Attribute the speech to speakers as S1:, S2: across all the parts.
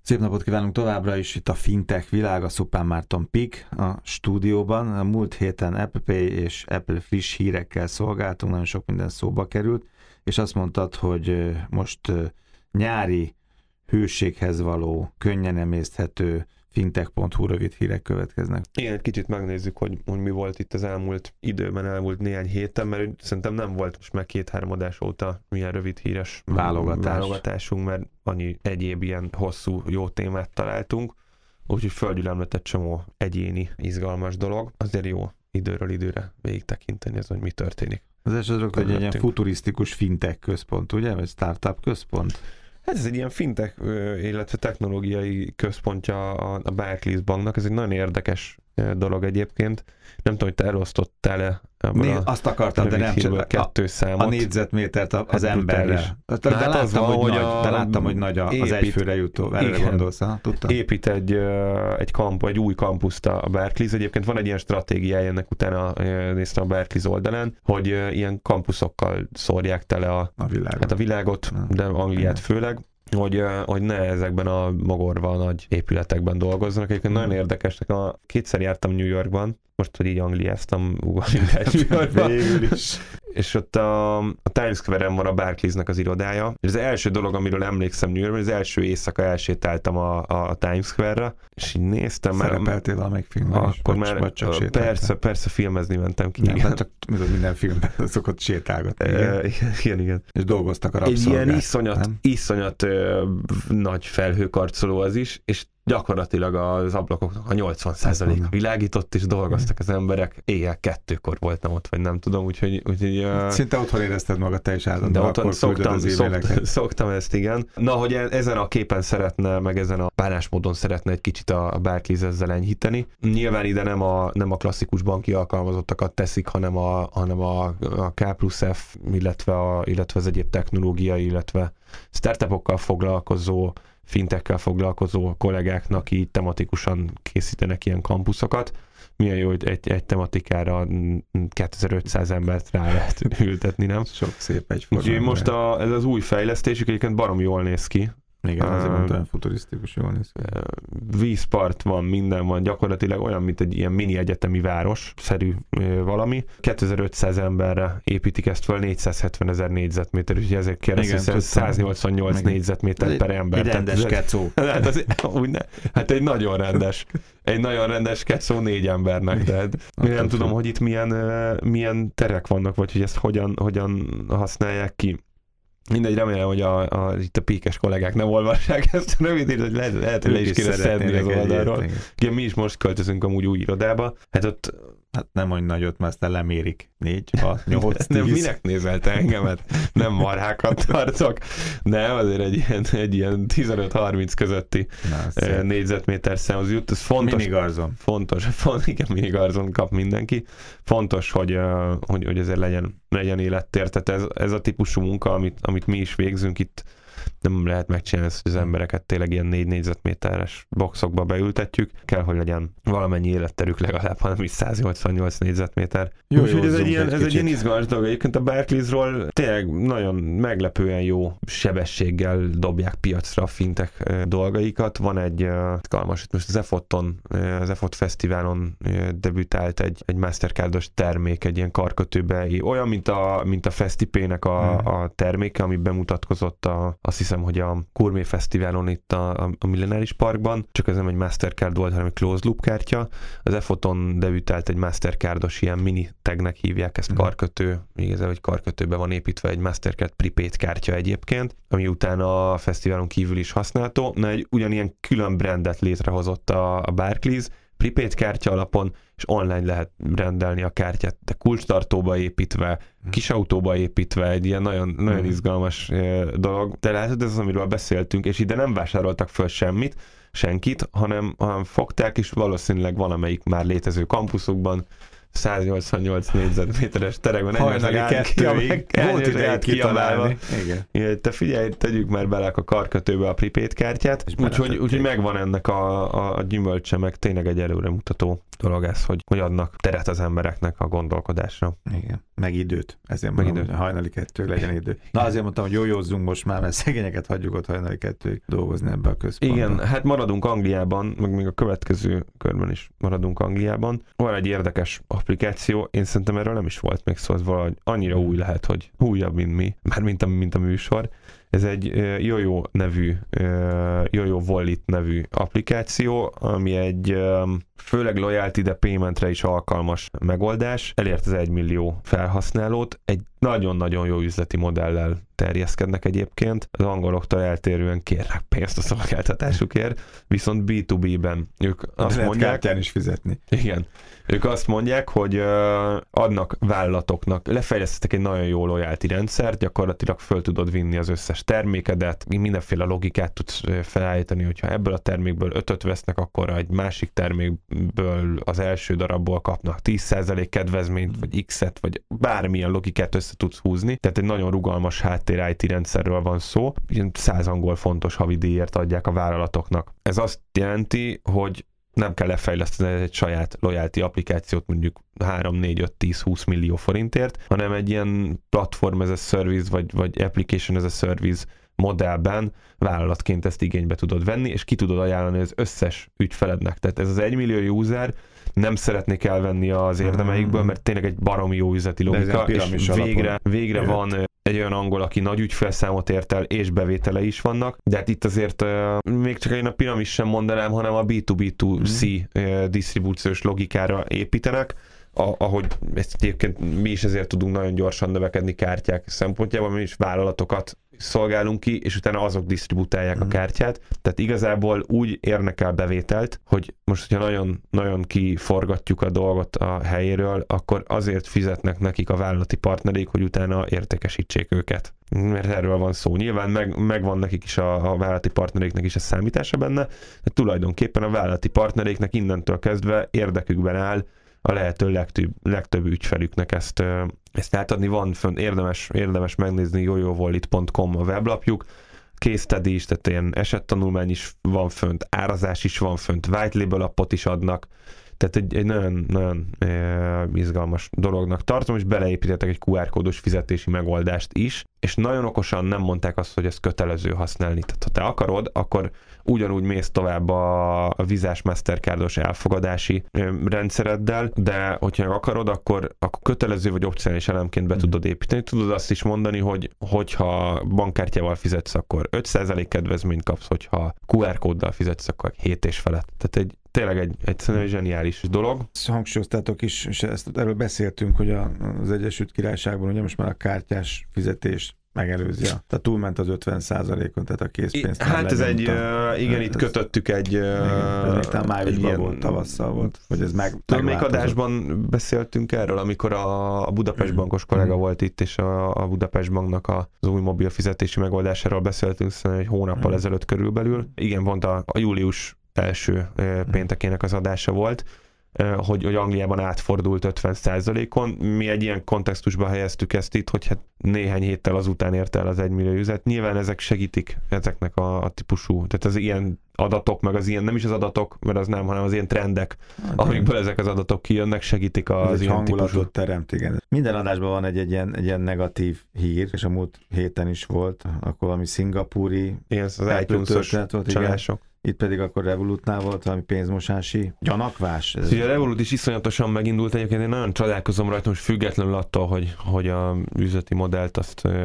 S1: Szép napot kívánunk továbbra is itt a Fintech világ, a Szupán Márton Pik a stúdióban. A múlt héten Apple Pay és Apple friss hírekkel szolgáltunk, nagyon sok minden szóba került, és azt mondtad, hogy most nyári hőséghez való, könnyen emészthető fintech.hu rövid hírek következnek.
S2: Igen, egy kicsit megnézzük, hogy mi volt itt az elmúlt időben, elmúlt néhány héten, mert szerintem nem volt most meg 2-3 adás óta milyen rövid híres válogatásunk, mert annyi egyéb ilyen hosszú, jó témát találtunk, úgyhogy földgyűlömlett egy csomó egyéni, izgalmas dolog. Azért jó időről időre végig tekinteni, ez, hogy mi történik.
S1: Az első dolog, hogy egy ilyen futurisztikus fintech központ, ugye? Vagy startup központ?
S2: Hát ez egy ilyen fintech, illetve technológiai központja a Barclays banknak. Ez egy nagyon érdekes dolog egyébként. Nem tudom, hogy te elosztottál-e
S1: azt akartam, de nem csak
S2: kettő számot.
S1: A négyzetmétert az emberre. De láttam, hogy nagy az egyfőre jutó. Erre gondolsz, tudtam.
S2: Épít egy új kampuszt a Barclays. Egyébként van egy ilyen stratégiája, ennek utána néztem a Barclays oldalán, hogy ilyen kampuszokkal szórják tele a világot, de Angliát főleg, hogy ne ezekben a mogorva nagy épületekben dolgozzanak. Egyébként nagyon érdekesnek, kétszer jártam New Yorkban, most, hogy így angliáztam, New Yorkban.
S1: Végül is.
S2: És ott a Times Square-en van a Barclays-nek az irodája. És az első dolog, amiről emlékszem New Yorkban, az első éjszaka elsétáltam a Times Square-ra, és így néztem.
S1: Szerepeltél valamelyik filmben is?
S2: Akkor már persze filmezni mentem ki.
S1: Nem, csak minden filmben szokott sétálgatni.
S2: Igen.
S1: És dolgoztak a rabszolgák.
S2: Egy ilyen iszonyat nagy felhőkarcoló az is, és gyakorlatilag az ablakoknak a 80%-a világított, és dolgoztak az emberek. Éjjel 2-kor voltam ott, vagy nem tudom, úgyhogy
S1: szinte otthon érezted magad te is állandóan,
S2: de otthon szoktam ezt, igen. Na, hogy ezen a képen szeretne, meg ezen a bánásmódon szeretne egy kicsit a Barclays ezzel enyhíteni. Nyilván ide nem a klasszikus banki alkalmazottakat teszik, hanem a K+F, illetve az egyéb technológiai, illetve startupokkal foglalkozó, fintekkel foglalkozó kollégáknak így tematikusan készítenek ilyen kampuszokat. Milyen jó, hogy egy tematikára 2500 embert rá lehet ültetni, nem?
S1: Sok szép egyformán.
S2: Úgyhogy most ez az új fejlesztésük egyébként baromi jól néz ki.
S1: Igen, azért mondtam, futurisztikus, jól néz ki.
S2: Vízpart van, minden van, gyakorlatilag olyan, mint egy ilyen mini egyetemi város-szerű valami. 2500 emberre építik ezt fel, 470 000 négyzetméter, úgyhogy ezért kérdezik, 188 négyzetméter per ember.
S1: Egy rendes kecó.
S2: Hát egy nagyon rendes kecó 4 embernek, de nem tudom, hogy itt milyen terek vannak, vagy hogy ezt hogyan használják ki. Mindegy, remélem, hogy itt a píkes kollégák nem olvassák ezt a rövid, hogy lehet, hogy le is kéne szedni az oldalról. Igen, mi is most költözünk amúgy új irodába.
S1: Hát nem olyan nagyot, mert aztán lemérik. 4, 6, 8, 10.
S2: Nem, minek nézel te engemet? Nem marhákat tartok. Nem, azért egy ilyen 15-30 közötti négyzetméter számhoz jut. Ez fontos.
S1: Minigarzon.
S2: Igen, minigarzon kap mindenki. Fontos, hogy ezért legyen élettér. Tehát ez a típusú munka, amit mi is végzünk itt, nem lehet megcsinálni ezt, hogy az embereket tényleg ilyen 4 négyzetméteres boxokba beültetjük. Kell, hogy legyen valamennyi életterük legalább, hanem is 188 négyzetméter. Jó, úgyhogy ez egy ilyen izgalmas dolog. Egyébként a Barclaysról tényleg nagyon meglepően jó sebességgel dobják piacra a fintech dolgaikat. Van egy most az EFOT Fesztiválon debütált egy Mastercardos termék, egy ilyen karkötőbe, olyan, mint a FestiPay-nek a terméke, ami bemutatkozott azt hiszem, hogy a Gourmet Fesztiválon itt a Millenáris Parkban, csak ez nem egy Mastercard volt, hanem egy closed loop kártya. Az EFOT-on debütált egy Mastercardos ilyen mini tagnek hívják ezt, karkötő, igazából, hogy karkötőbe van építve egy Mastercard prepaid kártya egyébként, ami utána a fesztiválon kívül is használható. Na, egy ugyanilyen külön brandet létrehozott a Barclays, prepaid kártya alapon, és online lehet rendelni a kártyát, de kulcstartóba építve, kis autóba építve, egy ilyen nagyon, nagyon izgalmas dolog. De látod, ez az, amiről beszéltünk, és ide nem vásároltak föl senkit, hanem fogták, és valószínűleg valamelyik már létező kampuszokban 188 négyzetméteres terekben
S1: hajnali kettőig volt idejét kitalálni.
S2: Igen. Te figyelj, tegyük már bele a karkötőbe a prepaid kártyát, úgyhogy megvan ennek a gyümölcse, meg tényleg egy előremutató dolog ez, hogy adnak teret az embereknek a gondolkodásra.
S1: Igen. Meg időt. Ezért mondom, hogy hajnali 2-ig legyen idő. Na azért mondtam, hogy józzunk most már, mert szegényeket hagyjuk ott hajnali 2-ig dolgozni ebbe a központban.
S2: Igen, hát maradunk Angliában, meg még a következő körben is maradunk Angliában. Van egy érdekes applikáció, én szerintem erről nem is volt még szó, valahogy annyira új lehet, hogy újabb, mint mi, már mint a műsor. Ez egy Yoyo Wallet nevű applikáció, ami egy főleg loyalty, de paymentre is alkalmas megoldás. Elért az 1 millió felhasználót, egy nagyon-nagyon jó üzleti modellel terjeszkednek egyébként. Az angoloktól eltérően kérnek pénzt a szolgáltatásukért, viszont B2B-ben ők azt mondják...
S1: Lehet is fizetni.
S2: Igen. Ők azt mondják, hogy adnak vállalatoknak, lefejlesztettek egy nagyon jó loyalty rendszert, gyakorlatilag föl tudod vinni az összes termékedet, mindenféle logikát tudsz felállítani, hogyha ebből a termékből 5-öt vesznek, akkor egy másik termékből az első darabból kapnak 10% kedvezményt, vagy X-et, vagy bármilyen logikát össze tudsz húzni. Tehát egy nagyon rugalmas háttér IT rendszerről van szó. 100 angol fontos havidíjért adják a vállalatoknak. Ez azt jelenti, hogy nem kell lefejleszteni egy saját loyalty applikációt mondjuk 3, 4, 5, 10, 20 millió forintért, hanem egy ilyen platform as a service, vagy application as a service modellben vállalatként ezt igénybe tudod venni, és ki tudod ajánlani az összes ügyfelednek. Tehát ez az 1 millió user nem szeretnék elvenni az érdemeikből, mert tényleg egy baromi jó üzleti logika, és végre van egy olyan angol, aki nagy ügyfelszámot ért el, és bevétele is vannak, de hát itt azért még csak én a piramis sem mondanám, hanem a B2B2C disztribúciós logikára építenek, ahogy ezt egyébként mi is ezért tudunk nagyon gyorsan növekedni kártyák szempontjából, mi is vállalatokat szolgálunk ki, és utána azok disztributálják a kártyát. Tehát igazából úgy érnek el bevételt, hogy most, hogyha nagyon, nagyon kiforgatjuk a dolgot a helyéről, akkor azért fizetnek nekik a vállalati partnereik, hogy utána értékesítsék őket. Mert erről van szó. Nyilván megvan nekik is a vállalati partnereiknek is a számítása benne, de tulajdonképpen a vállalati partnereiknek innentől kezdve érdekükben áll a lehető legtöbb ügyfelüknek ezt átadni. Van fönn, érdemes megnézni yoyowallet.com a weblapjuk, case study is, tehát ilyen esettanulmány is van fönt, árazás is van fönt, white label appot is adnak, tehát egy nagyon izgalmas dolognak tartom, és beleépítettek egy QR kódos fizetési megoldást is, és nagyon okosan nem mondták azt, hogy ez kötelező használni. Tehát ha te akarod, akkor ugyanúgy mész tovább a Visa-s Mastercardos elfogadási rendszereddel, de hogyha akarod, akkor kötelező vagy opcionális elemként be tudod építeni. Tudod azt is mondani, hogy hogyha bankkártyával fizetsz, akkor 5% kedvezményt kapsz, hogyha QR kóddal fizetsz, akkor 7,5. Tehát tényleg egy zseniális dolog.
S1: Hangsúlyoztátok is, és erről beszéltünk, hogy az Egyesült Királyságban ugye most már a kártyás fizetés megelőzi. Tehát túlment az 50%-on, tehát a készpénzt.
S2: Hát ez igen, itt kötöttük egy...
S1: Ez még talán májusban volt, tavasszal volt, hogy ez
S2: még adásban beszéltünk erről, amikor a Budapest bankos kollega volt itt, és a Budapest banknak az új mobil fizetési megoldásáról beszéltünk, szóval egy hónappal ezelőtt körülbelül. Igen, pont a július első péntekének az adása volt, hogy Angliában átfordult 50%-on. Mi egy ilyen kontextusba helyeztük ezt itt, hogy hát néhány héttel azután ért el az 1 millió üzlet. Nyilván ezek segítik ezeknek a típusú, tehát az ilyen adatok, meg az ilyen, nem is az adatok, mert az nem, hanem az ilyen trendek, amikből ezek az adatok kijönnek, segítik az ilyen típusú.
S1: Teremt, igen. Minden adásban van egy ilyen negatív hír, és a múlt héten is volt, akkor valami szingapúri
S2: az iTunes-os csalások.
S1: Itt pedig akkor Revolutnál volt valami pénzmosási gyanakvás.
S2: Ugye a Revolut is iszonyatosan megindult, egyébként én nagyon csodálkozom rajta, most függetlenül attól, hogy a üzleti modellt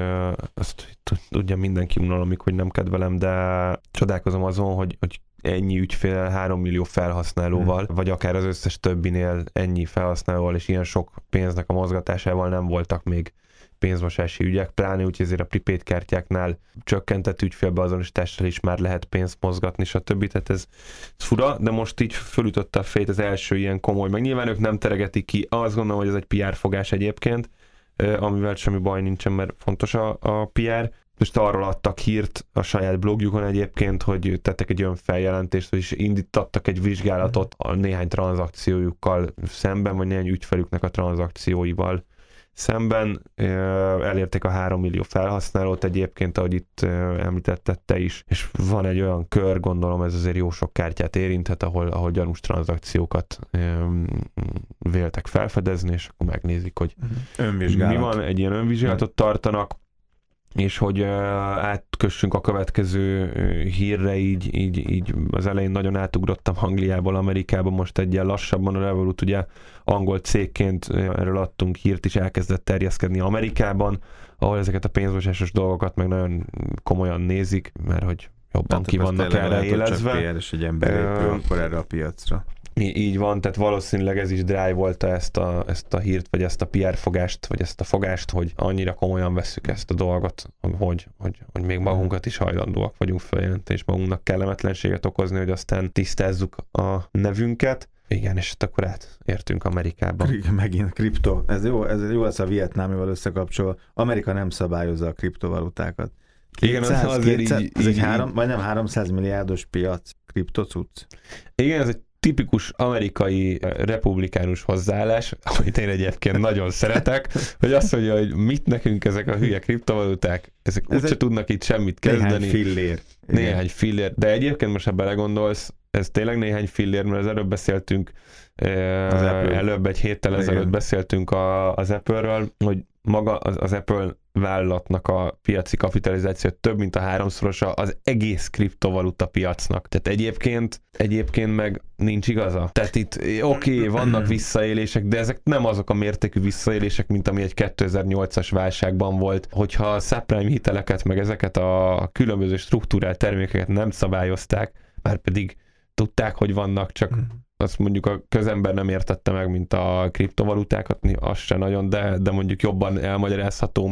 S2: azt tudja mindenki unalomig, hogy nem kedvelem, de csodálkozom azon, hogy ennyi ügyfél 3 millió felhasználóval, vagy akár az összes többinél ennyi felhasználóval, és ilyen sok pénznek a mozgatásával nem voltak még pénzmosási ügyek, pláne úgy, ezért a prepaid kártyáknál csökkentett ügyfélbeazonosítással is már lehet pénzt mozgatni, stb. Tehát ez fura, de most így fölütötte a fejét az első ilyen komoly, meg nyilván ők nem teregetik ki, azt gondolom, hogy ez egy PR fogás egyébként, amivel semmi baj nincsen, mert fontos a PR. Most arról adtak hírt a saját blogjukon egyébként, hogy tettek egy olyan feljelentést, hogy is indítottak egy vizsgálatot a néhány tranzakciójukkal szemben, vagy néhány ügyfelüknek a tranzakcióival szemben elérték a 3 millió felhasználót egyébként, ahogy itt említetted te is, és van egy olyan kör, gondolom ez azért jó sok kártyát érinthet, ahol gyanús tranzakciókat véltek felfedezni, és akkor megnézik, hogy mi van, egy ilyen önvizsgálatot tartanak, és hogy átkössünk a következő hírre, így az elején nagyon átugrottam Angliából Amerikába, most egy ilyen lassabban a Revolut, ugye angol cégként erről adtunk hírt is, elkezdett terjeszkedni Amerikában, ahol ezeket a pénzmosásos dolgokat meg nagyon komolyan nézik, mert hogy jobban ki vannak erre élezve.
S1: Csak PR és egy ember épül akkor erre a piacra.
S2: Így van, tehát valószínűleg ez is drive-olta ezt a hírt, vagy ezt a PR fogást, vagy ezt a fogást, hogy annyira komolyan vesszük ezt a dolgot, hogy még magunkat is hajlandóak vagyunk feljelenteni, és magunknak kellemetlenséget okozni, hogy aztán tisztázzuk a nevünket. Igen, és akkor átértünk Amerikába.
S1: Megint kripto. Ez jó lesz a vietnámival összekapcsolva. Amerika nem szabályozza a kriptovalutákat. 200,
S2: igen, azért
S1: 200, ez egy majdnem 300 milliárdos piac kriptocucc.
S2: Igen, ez egy tipikus amerikai republikánus hozzáállás, amit én egyébként nagyon szeretek, hogy azt mondja, hogy mit nekünk ezek a hülye kriptovaluták, ezek úgyse tudnak itt semmit kezdeni. Néhány fillér. De egyébként most, ha belegondolsz, ez tényleg néhány fillér, mert az előbb beszéltünk, előbb egy héttel ezelőtt beszéltünk az Apple-ről, hogy maga az Apple vállalatnak a piaci kapitalizáció több mint a 3-szorosa az egész kriptovaluta piacnak. Tehát egyébként meg nincs igaza. Tehát itt oké, vannak visszaélések, de ezek nem azok a mértékű visszaélések, mint ami egy 2008-as válságban volt. Hogyha a subprime hiteleket, meg ezeket a különböző struktúrált termékeket nem szabályozták, már pedig tudták, hogy vannak, csak azt mondjuk a közember nem értette meg, mint a kriptovalutákat, az se nagyon, de mondjuk jobban elmagyarázható,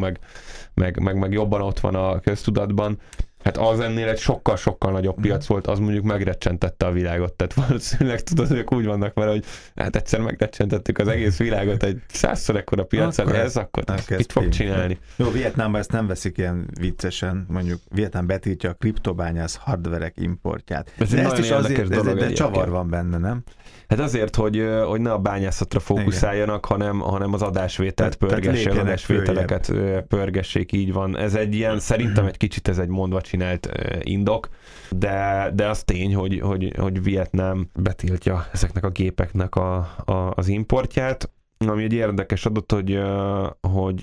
S2: meg jobban ott van a köztudatban. Hát az ennél egy sokkal-sokkal nagyobb piac volt, az mondjuk megrecsentette a világot. Tehát valószínűleg tudod, hogy úgy vannak vele, hogy hát egyszer megrecsentettük az egész világot egy 100-szor ekkora piacon, akkor mit fog csinálni?
S1: Jó, Vietnámban ezt nem veszik ilyen viccesen, mondjuk Vietnám betiltja a kriptobányász hardverek importját.
S2: Ez
S1: de ezt is azért, de csavar van benne, nem?
S2: Hát azért, hogy ne a bányászatra fókuszáljanak, hanem az adásvételt pörgessék, az adásvételeket pörgessék, így van. Ez egy ilyen, szerintem egy kicsit ez egy mondva csinált indok, de az tény, hogy Vietnám betiltja ezeknek a gépeknek az importját, ami egy érdekes adat, hogy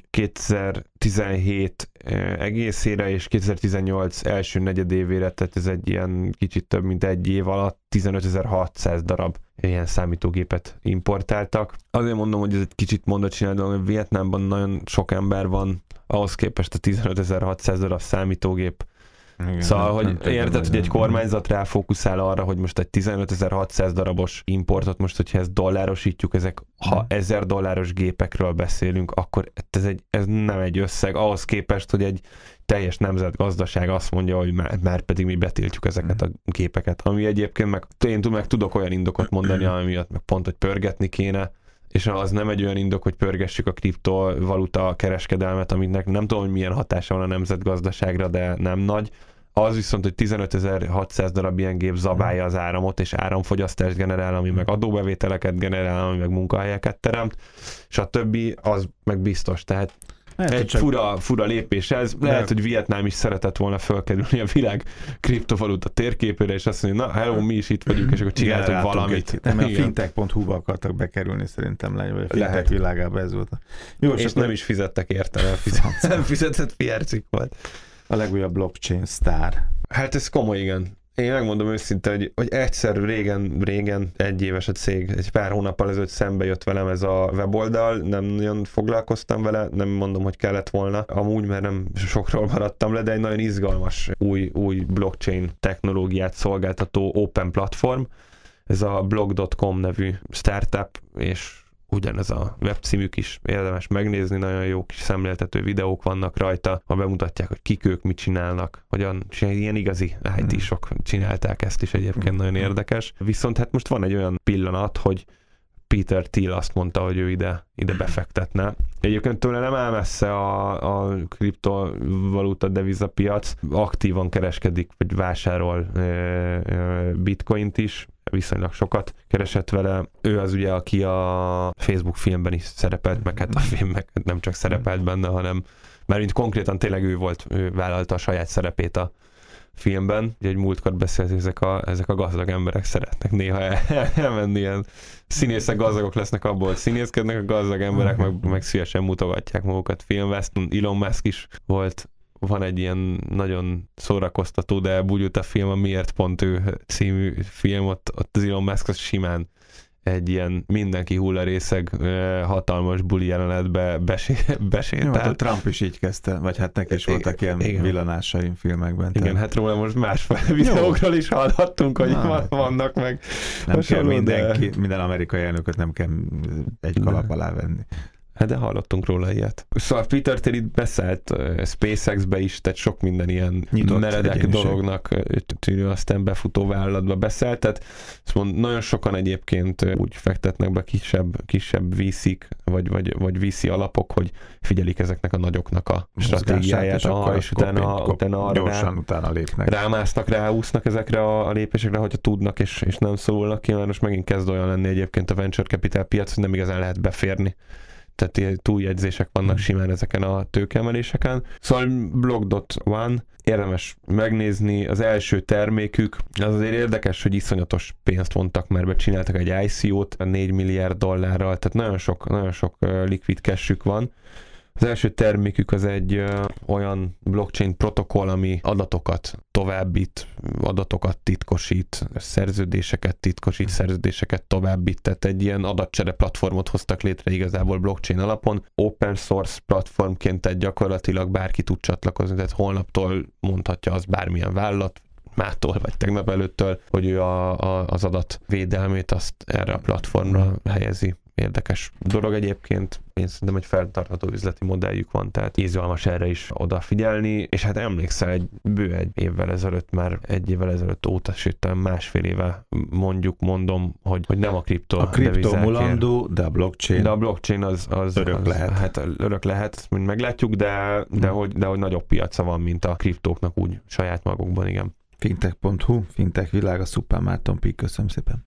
S2: 2017 egészére és 2018 első negyedévére, tehát ez egy ilyen kicsit több mint egy év alatt 15.600 darab ilyen számítógépet importáltak. Azért mondom, hogy ez egy kicsit mondatcsinálni, hogy Vietnámban nagyon sok ember van, ahhoz képest a 15.600 darab számítógép. Igen, szóval, hogy érted, hogy egy kormányzat ráfókuszál arra, hogy most egy 15.600 darabos importot, most hogyha ezt dollárosítjuk, ha $1000 gépekről beszélünk, akkor ez nem egy összeg, ahhoz képest, hogy egy teljes nemzetgazdaság azt mondja, hogy már pedig mi betiltjuk ezeket a gépeket. Ami egyébként én meg tudok olyan indokot mondani, ami miatt meg pont, hogy pörgetni kéne, és az nem egy olyan indok, hogy pörgessük a kriptovaluta kereskedelmet, aminek nem tudom, hogy milyen hatása van a nemzetgazdaságra, de nem nagy. Az viszont, hogy 15.600 darab ilyen gép zabálja az áramot, és áramfogyasztást generál, ami meg adóbevételeket generál, ami meg munkahelyeket teremt, és a többi az meg biztos. Tehát egy fura lépés ez. Lehet, hogy Vietnám is szeretett volna fölkerülni a világ kriptovaluta térképére, és azt mondja, na, hello, mi is itt vagyunk, és akkor csináltunk valamit.
S1: Nem, a fintech.hu-ba akartak bekerülni szerintem, vagy a fintech világába ez volt.
S2: Jó, és nem is fizettek érte, nem fizetett PR cikk volt.
S1: A legújabb blockchain sztár.
S2: Hát ez komoly, igen. Én megmondom őszintén, hogy egyszer régen egy éves a cég, egy pár hónappal ezelőtt szembe jött velem ez a weboldal, nem nagyon foglalkoztam vele, nem mondom, hogy kellett volna, amúgy, mert nem sokról maradtam le, de egy nagyon izgalmas új blockchain technológiát szolgáltató open platform. Ez a blog.com nevű startup, és ugyanez a webcímük is érdemes megnézni, nagyon jó kis szemléltető videók vannak rajta, ha bemutatják, hogy kik ők mit csinálnak, hogyan ilyen igazi IT-sok csinálták ezt is, egyébként nagyon érdekes. Viszont hát most van egy olyan pillanat, hogy Peter Thiel azt mondta, hogy ő ide befektetne. Egyébként tőle nem áll messze a kriptovaluta devizapiac, aktívan kereskedik, vagy vásárol bitcoint is, viszonylag sokat keresett vele. Ő az ugye, aki a Facebook filmben is szerepelt, meg hát a filmek nem csak szerepelt benne, hanem mert konkrétan tényleg ő vállalta a saját szerepét a filmben. Ugye egy múltkor beszéltünk, ezek a gazdag emberek szeretnek néha elmenni, ilyen színészek gazdagok lesznek abból, hogy színészkednek, a gazdag emberek meg szívesen mutogatják magukat filmben. Elon Musk is van egy ilyen nagyon szórakoztató, de bújult a film, a Miért pont ő című film, ott az Elon Musk az simán egy ilyen mindenki hullarészeg, hatalmas buli jelenetbe besétált.
S1: Jó, hát a Trump is így kezdte, vagy hát neki is voltak ilyen villanásai filmekben.
S2: Igen, tehát... hát róla most más videókról is hallhattunk, hogy vannak meg.
S1: Nem kell minden amerikai elnököt nem kell egy kalap alá venni.
S2: Hát de hallottunk róla ilyet. Szóval Peter Thiel itt beszállt SpaceX-be is, tehát sok minden ilyen meredek dolognak aztán befutó vállalatba beszállt, tehát szóval nagyon sokan egyébként úgy fektetnek be kisebb VC-k, vagy VC alapok, hogy figyelik ezeknek a nagyoknak a stratégiáját, és utána
S1: utána lépnek.
S2: Rámásznak, ráúsznak ezekre a lépésekre, hogyha tudnak, és nem szólnak ki, mert most megint kezd olyan lenni egyébként a venture capital piac, hogy nem igazán lehet beférni. Tehát túljegyzések vannak simán ezeken a tőkeemeléseken. Szóval Block.one, érdemes megnézni, az első termékük, az azért érdekes, hogy iszonyatos pénzt vontak már be, csináltak egy ICO-t $4 milliárd, tehát nagyon sok liquid cash-ük van. Az első termékük az egy olyan blockchain protokoll, ami adatokat továbbít, adatokat titkosít, szerződéseket továbbít, tehát egy ilyen adatcsere platformot hoztak létre igazából blockchain alapon. Open source platformként, tehát gyakorlatilag bárki tud csatlakozni, tehát holnaptól mondhatja az bármilyen vállalat, mától vagy tegnap előttől, hogy ő az adatvédelmét azt erre a platformra helyezi. Érdekes dolog egyébként, én szerintem egy fenntartható üzleti modelljük van, tehát izgalmas erre is odafigyelni, és hát emlékszel egy évvel ezelőtt óta, sőt másfél éve mondom, hogy nem a kripto.
S1: A kripto mulandó, de a blockchain.
S2: De a blockchain az
S1: örök lehet.
S2: Hát örök lehet, ezt mind meglátjuk, de hogy nagyobb piaca van, mint a kriptóknak úgy saját magukban, igen.
S1: Fintech.hu, Fintech világa, Szupán Márton Pík, köszönöm szépen.